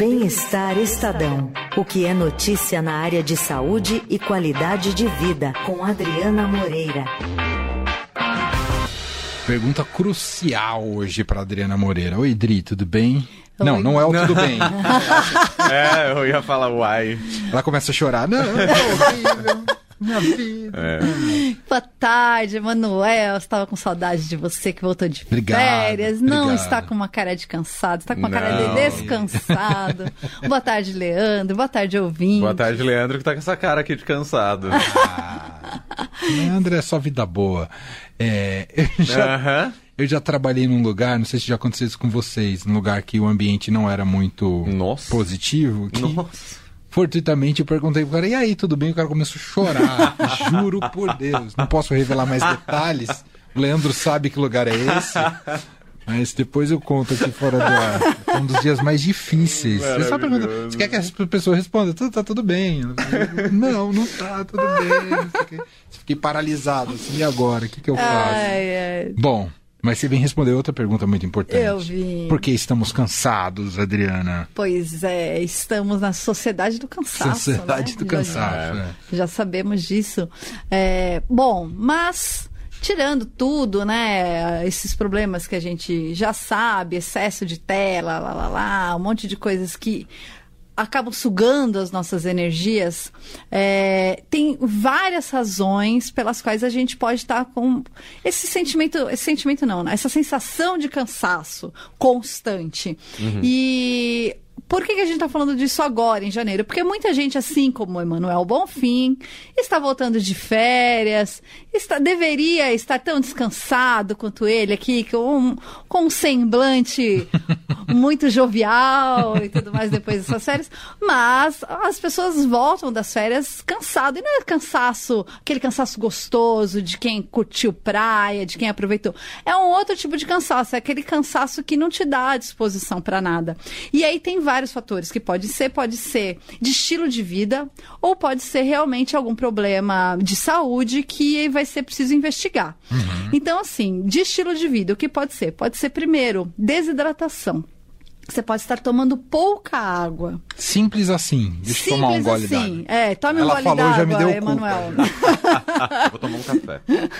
Bem-Estar Estadão. O que é notícia na área de saúde e qualidade de vida, com Adriana Moreira. Pergunta crucial hoje para Adriana Moreira. Oi, Dri, tudo bem? Oi. Não é o tudo bem. Eu ia falar uai. Ela começa a chorar. Não, é horrível. Minha vida. Boa tarde, Emanuel. Estava com saudade de você que voltou de férias. Não está com uma cara de cansado, está com uma cara de descansado. Boa tarde, Leandro. Boa tarde, ouvinte. Boa tarde, Leandro, que tá com essa cara aqui de cansado. Leandro é só vida boa. Eu já trabalhei num lugar, não sei se já aconteceu isso com vocês, num lugar que o ambiente não era muito positivo. Nossa. Fortuitamente eu perguntei pro cara, e aí, tudo bem? O cara começou a chorar, juro por Deus. Não posso revelar mais detalhes, o Leandro sabe que lugar é esse, mas depois eu conto aqui fora do ar. É um dos dias mais difíceis. Você só pergunta, você quer que a pessoa responda? Tá tudo bem. Não tá tudo bem. Fiquei paralisado, assim, e agora? O que eu faço? Bom... Mas você vem responder outra pergunta muito importante. Eu vim. Por que estamos cansados, Adriana? Pois é, estamos na sociedade do cansaço. Sociedade do cansaço. Já sabemos disso. Bom, mas tirando tudo, né? Esses problemas que a gente já sabe, excesso de tela, um monte de coisas que acabam sugando as nossas energias, tem várias razões pelas quais a gente pode estar com essa sensação de cansaço constante. E por que a gente está falando disso agora, em janeiro? Porque muita gente, assim como o Emanuel Bonfim, está voltando de férias, deveria estar tão descansado quanto ele aqui, com um semblante muito jovial e tudo mais depois dessas férias, mas as pessoas voltam das férias cansado, e não é cansaço, aquele cansaço gostoso de quem curtiu praia, de quem aproveitou. É um outro tipo de cansaço, é aquele cansaço que não te dá disposição para nada. E aí tem vários fatores, que pode ser de estilo de vida, ou pode ser realmente algum problema de saúde que vai ser preciso investigar. Então, assim, de estilo de vida, o que pode ser? Pode ser, primeiro, desidratação. Você pode estar tomando pouca água. Simples assim. Deixa eu tomar um gole d'água. Tome um gole d'água, Emanuel. Vou tomar um café.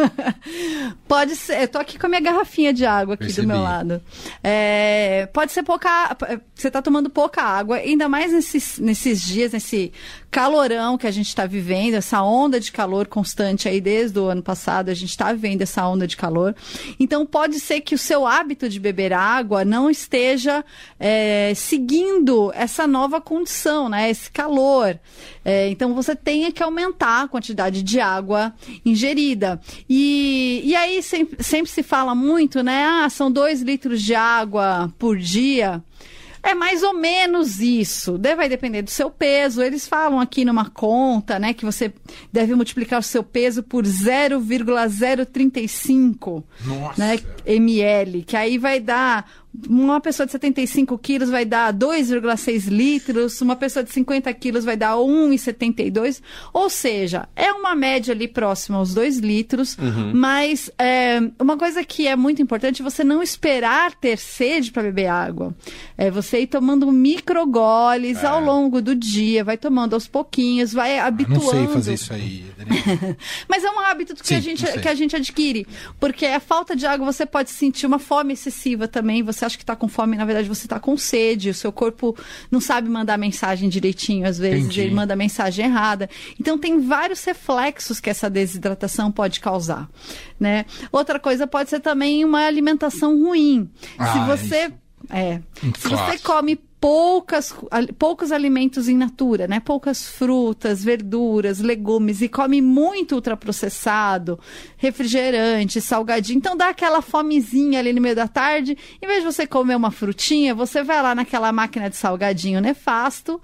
Pode ser. Eu tô aqui com a minha garrafinha de água aqui do meu lado. Pode ser pouca. Você está tomando pouca água, ainda mais nesses dias, nesse calorão que a gente está vivendo, essa onda de calor constante aí desde o ano passado, a gente está vivendo essa onda de calor. Então pode ser que o seu hábito de beber água não esteja seguindo essa nova condição, né? Esse calor. Então você tem que aumentar a quantidade de água ingerida. E aí sempre se fala muito, né? São 2 litros de água por dia. É mais ou menos isso. Vai depender do seu peso. Eles falam aqui numa conta, né, que você deve multiplicar o seu peso por 0,035 né, ml, que aí vai dar... Uma pessoa de 75 quilos vai dar 2,6 litros, uma pessoa de 50 quilos vai dar 1,72, ou seja, é uma média ali próxima aos 2 litros, mas uma coisa que é muito importante é você não esperar ter sede para beber água. É você ir tomando microgoles ao longo do dia, vai tomando aos pouquinhos, vai habituando. Não sei fazer isso aí, Adriana. Mas é um hábito que a gente adquire, porque a falta de água você pode sentir uma fome excessiva também, você acha que está com fome, na verdade você está com sede, o seu corpo não sabe mandar mensagem direitinho, às vezes ele manda mensagem errada. Então tem vários reflexos que essa desidratação pode causar, né? Outra coisa pode ser também uma alimentação ruim. Se você come poucos alimentos in natura, né? Poucas frutas, verduras, legumes, e come muito ultraprocessado, refrigerante, salgadinho, então dá aquela fomezinha ali no meio da tarde. Em vez de você comer uma frutinha, você vai lá naquela máquina de salgadinho nefasto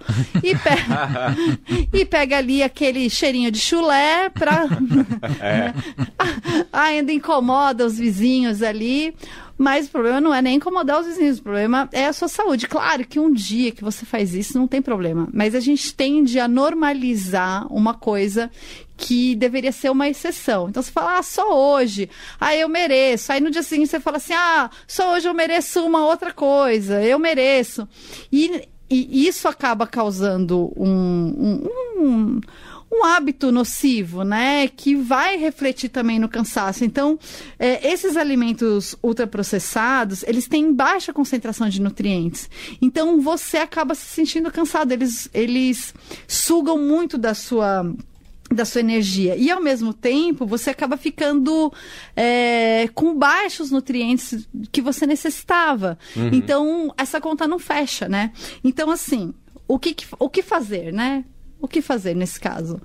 e pega ali aquele cheirinho de chulé ainda incomoda os vizinhos ali. Mas o problema não é nem incomodar os vizinhos, o problema é a sua saúde. Claro que um dia que você faz isso não tem problema, mas a gente tende a normalizar uma coisa que deveria ser uma exceção. Então você fala, só hoje, eu mereço. Aí no dia seguinte você fala assim, só hoje eu mereço uma outra coisa, eu mereço. E E isso acaba causando um hábito nocivo, né? Que vai refletir também no cansaço. Então, esses alimentos ultraprocessados, eles têm baixa concentração de nutrientes. Então, você acaba se sentindo cansado. Eles sugam muito da sua energia. E, ao mesmo tempo, você acaba ficando com baixos nutrientes que você necessitava. Então, essa conta não fecha, né? Então, assim, o que fazer, né? O que fazer nesse caso?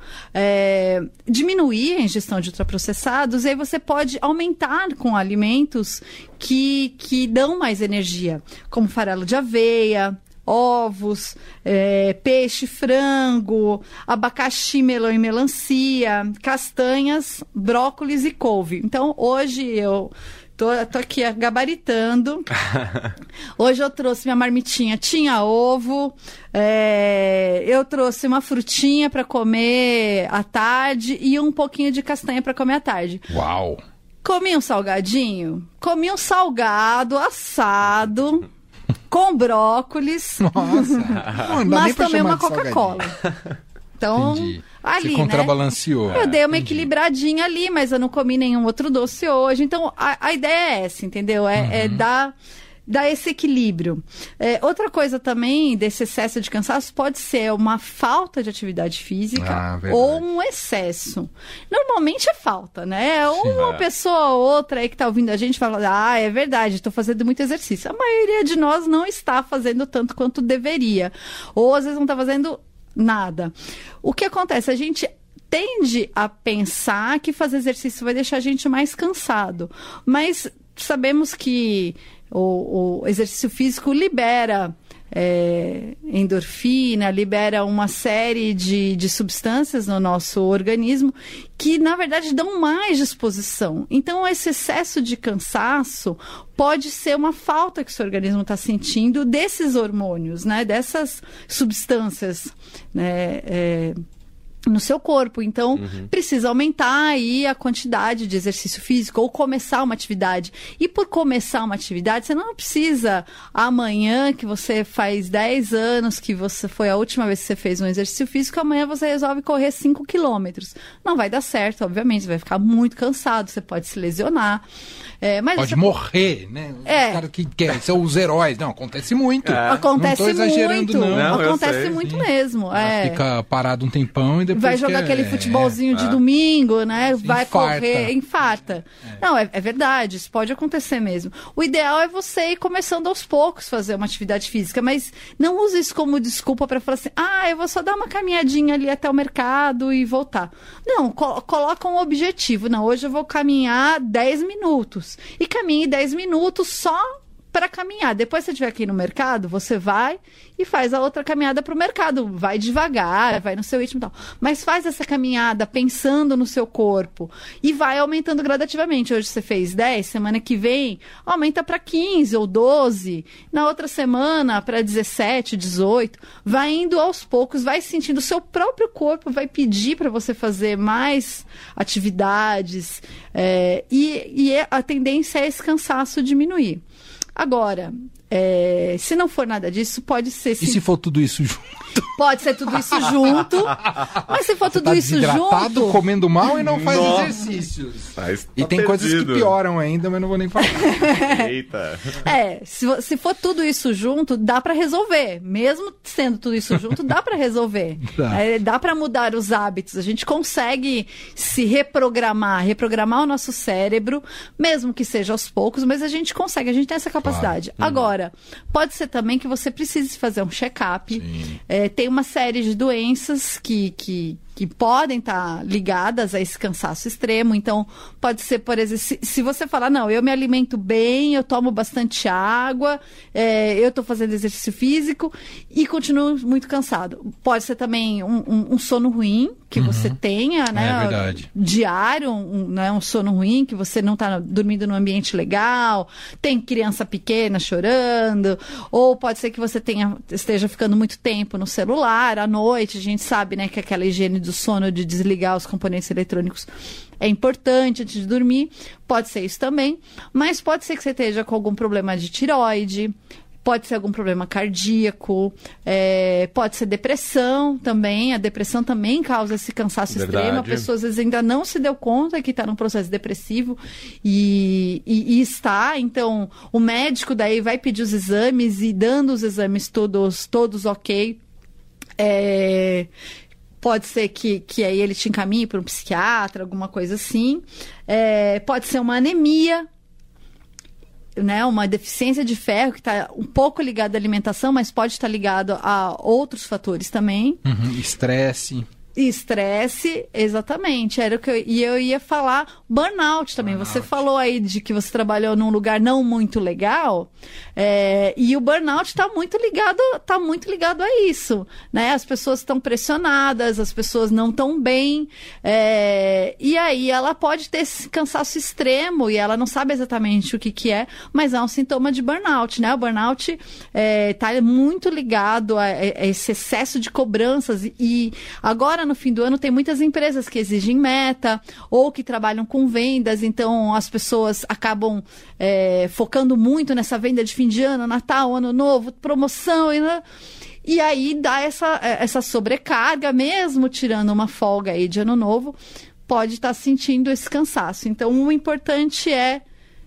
Diminuir a ingestão de ultraprocessados, e aí você pode aumentar com alimentos que dão mais energia, como farelo de aveia, ovos, peixe, frango, abacaxi, melão e melancia, castanhas, brócolis e couve. Então, hoje eu tô aqui gabaritando. Hoje eu trouxe minha marmitinha, tinha ovo, eu trouxe uma frutinha para comer à tarde e um pouquinho de castanha para comer à tarde. Uau! Comi um salgadinho, comi um salgado assado com brócolis. Nossa! Mas tomei uma Coca-Cola. Então, entendi. ali, você contrabalanceou. Eu dei uma equilibradinha ali, mas eu não comi nenhum outro doce hoje. Então, a ideia é essa, entendeu? É dar esse equilíbrio. Outra coisa também desse excesso de cansaço pode ser uma falta de atividade física ou um excesso. Normalmente é falta, né? Uma pessoa ou outra aí que está ouvindo a gente fala, é verdade, estou fazendo muito exercício. A maioria de nós não está fazendo tanto quanto deveria. Ou às vezes não está fazendo nada. O que acontece? A gente tende a pensar que fazer exercício vai deixar a gente mais cansado. Mas sabemos que o exercício físico libera endorfina, libera uma série de substâncias no nosso organismo que, na verdade, dão mais disposição. Então, esse excesso de cansaço pode ser uma falta que o seu organismo está sentindo desses hormônios, né? Dessas substâncias, né? No seu corpo. Então, precisa aumentar aí a quantidade de exercício físico ou começar uma atividade. E por começar uma atividade, você não precisa amanhã, que você faz 10 anos que foi a última vez que você fez um exercício físico, amanhã você resolve correr 5 quilômetros. Não vai dar certo, obviamente, você vai ficar muito cansado, você pode se lesionar. Mas pode morrer, né? Os caras que querem são os heróis. Não, acontece muito. Acontece não tô exagerando, muito. não. Acontece muito mesmo. Fica parado um tempão e depois vai jogar aquele futebolzinho de domingo, né? Vai infarta. Correr, infarta. Não, é verdade, isso pode acontecer mesmo. O ideal é você ir começando aos poucos fazer uma atividade física, mas não use isso como desculpa para falar assim, eu vou só dar uma caminhadinha ali até o mercado e voltar. Não, coloca um objetivo. Não, hoje eu vou caminhar 10 minutos. E caminhe 10 minutos só para caminhar. Depois, se você estiver aqui no mercado, você vai e faz a outra caminhada para o mercado. Vai devagar, vai no seu ritmo e tal. Mas faz essa caminhada pensando no seu corpo e vai aumentando gradativamente. Hoje você fez 10, semana que vem aumenta para 15 ou 12. Na outra semana para 17, 18. Vai indo aos poucos, vai sentindo. O seu próprio corpo vai pedir para você fazer mais atividades. E a tendência é esse cansaço diminuir. Agora, se não for nada disso, pode ser... E se for tudo isso junto? Pode ser tudo isso junto. Mas se for tudo isso junto... comendo mal e não faz exercícios. E tem coisas que pioram ainda, mas não vou nem falar. Eita. Se for tudo isso junto, dá para resolver. Mesmo sendo tudo isso junto, dá para resolver. Dá para mudar os hábitos. A gente consegue se reprogramar o nosso cérebro, mesmo que seja aos poucos, mas a gente consegue, a gente tem essa capacidade. Claro. Agora, pode ser também que você precise fazer um check-up. Tem uma série de doenças que podem estar ligadas a esse cansaço extremo. Então, pode ser, por exemplo, se você falar, não, eu me alimento bem, eu tomo bastante água, eu estou fazendo exercício físico e continuo muito cansado. Pode ser também um sono ruim que você tenha, né? Diário, um sono ruim, que você não está dormindo num ambiente legal, tem criança pequena chorando, ou pode ser que você esteja ficando muito tempo no celular, à noite. A gente sabe, né, que aquela higiene do sono, de desligar os componentes eletrônicos, é importante antes de dormir. Pode ser isso também, mas pode ser que você esteja com algum problema de tireoide, Pode ser algum problema cardíaco, pode ser depressão também. A depressão também causa esse cansaço extremo. A pessoa às vezes ainda não se deu conta que está num processo depressivo e está. Então, o médico daí vai pedir os exames e dando os exames todos ok. Pode ser que aí ele te encaminhe para um psiquiatra, alguma coisa assim. Pode ser uma anemia, né, uma deficiência de ferro que está um pouco ligada à alimentação, mas pode estar ligado a outros fatores também. Estresse. Estresse, exatamente. Era o que eu ia falar. Burnout também. Você falou aí de que você trabalhou num lugar não muito legal. E o burnout está muito ligado a isso, né? As pessoas estão pressionadas, as pessoas não estão bem. E aí ela pode ter esse cansaço extremo e ela não sabe exatamente o que é, mas é um sintoma de burnout, né? O burnout está muito ligado a esse excesso de cobranças. E agora, no fim do ano, tem muitas empresas que exigem meta ou que trabalham com vendas, então as pessoas acabam focando muito nessa venda de fim de ano, Natal, Ano Novo, promoção, e aí dá essa sobrecarga, mesmo tirando uma folga aí de Ano Novo, pode estar sentindo esse cansaço. Então, o importante é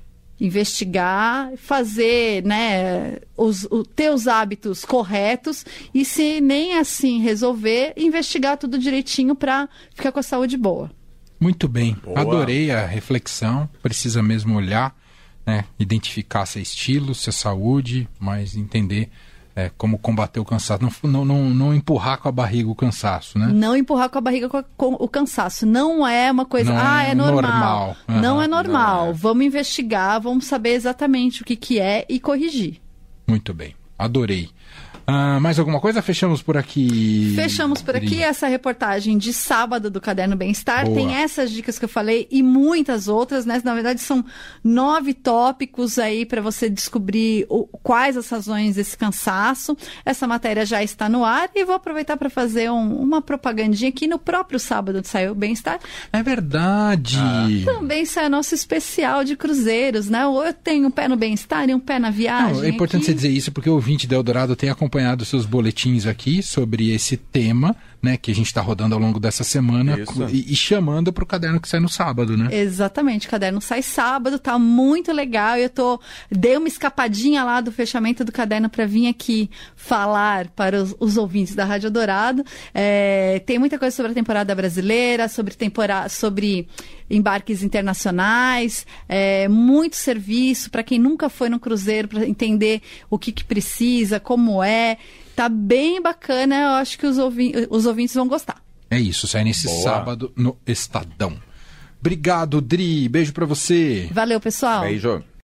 investigar, fazer, né, ter os hábitos corretos e, se nem assim resolver, investigar tudo direitinho para ficar com a saúde boa. Muito bem. Boa. Adorei a reflexão. Precisa mesmo olhar, né, identificar seu estilo, sua saúde, mas entender como combater o cansaço. Não empurrar com a barriga o cansaço, né? Não empurrar com a barriga com o cansaço. Não é uma coisa... é normal. Não é normal. Não é. Vamos investigar, vamos saber exatamente o que é e corrigir. Muito bem. Adorei. Mais alguma coisa? Fechamos por aqui. Fechamos por aqui essa reportagem de sábado do Caderno Bem-Estar. Boa. Tem essas dicas que eu falei e muitas outras, né? Na verdade, são 9 tópicos aí para você descobrir quais as razões desse cansaço. Essa matéria já está no ar e vou aproveitar para fazer uma propagandinha aqui no próprio sábado saiu o Bem-Estar. É verdade. Também sai nosso especial de cruzeiros, né? Eu tenho um pé no Bem-Estar e um pé na viagem. Não, é importante aqui. você dizer isso porque o ouvinte da Eldorado tem acompanhado seus boletins aqui sobre esse tema, né, que a gente está rodando ao longo dessa semana e chamando para o caderno que sai no sábado, né? Exatamente, o caderno sai sábado, tá muito legal. Dei uma escapadinha lá do fechamento do caderno para vir aqui falar para os ouvintes da Rádio Eldorado. Tem muita coisa sobre a temporada brasileira, sobre embarques internacionais, muito serviço para quem nunca foi no cruzeiro, para entender o que precisa, como é. Tá bem bacana, eu acho que os ouvintes vão gostar. É isso, sai nesse Boa. sábado no Estadão. Obrigado, Dri. Beijo pra você. Valeu, pessoal. Beijo.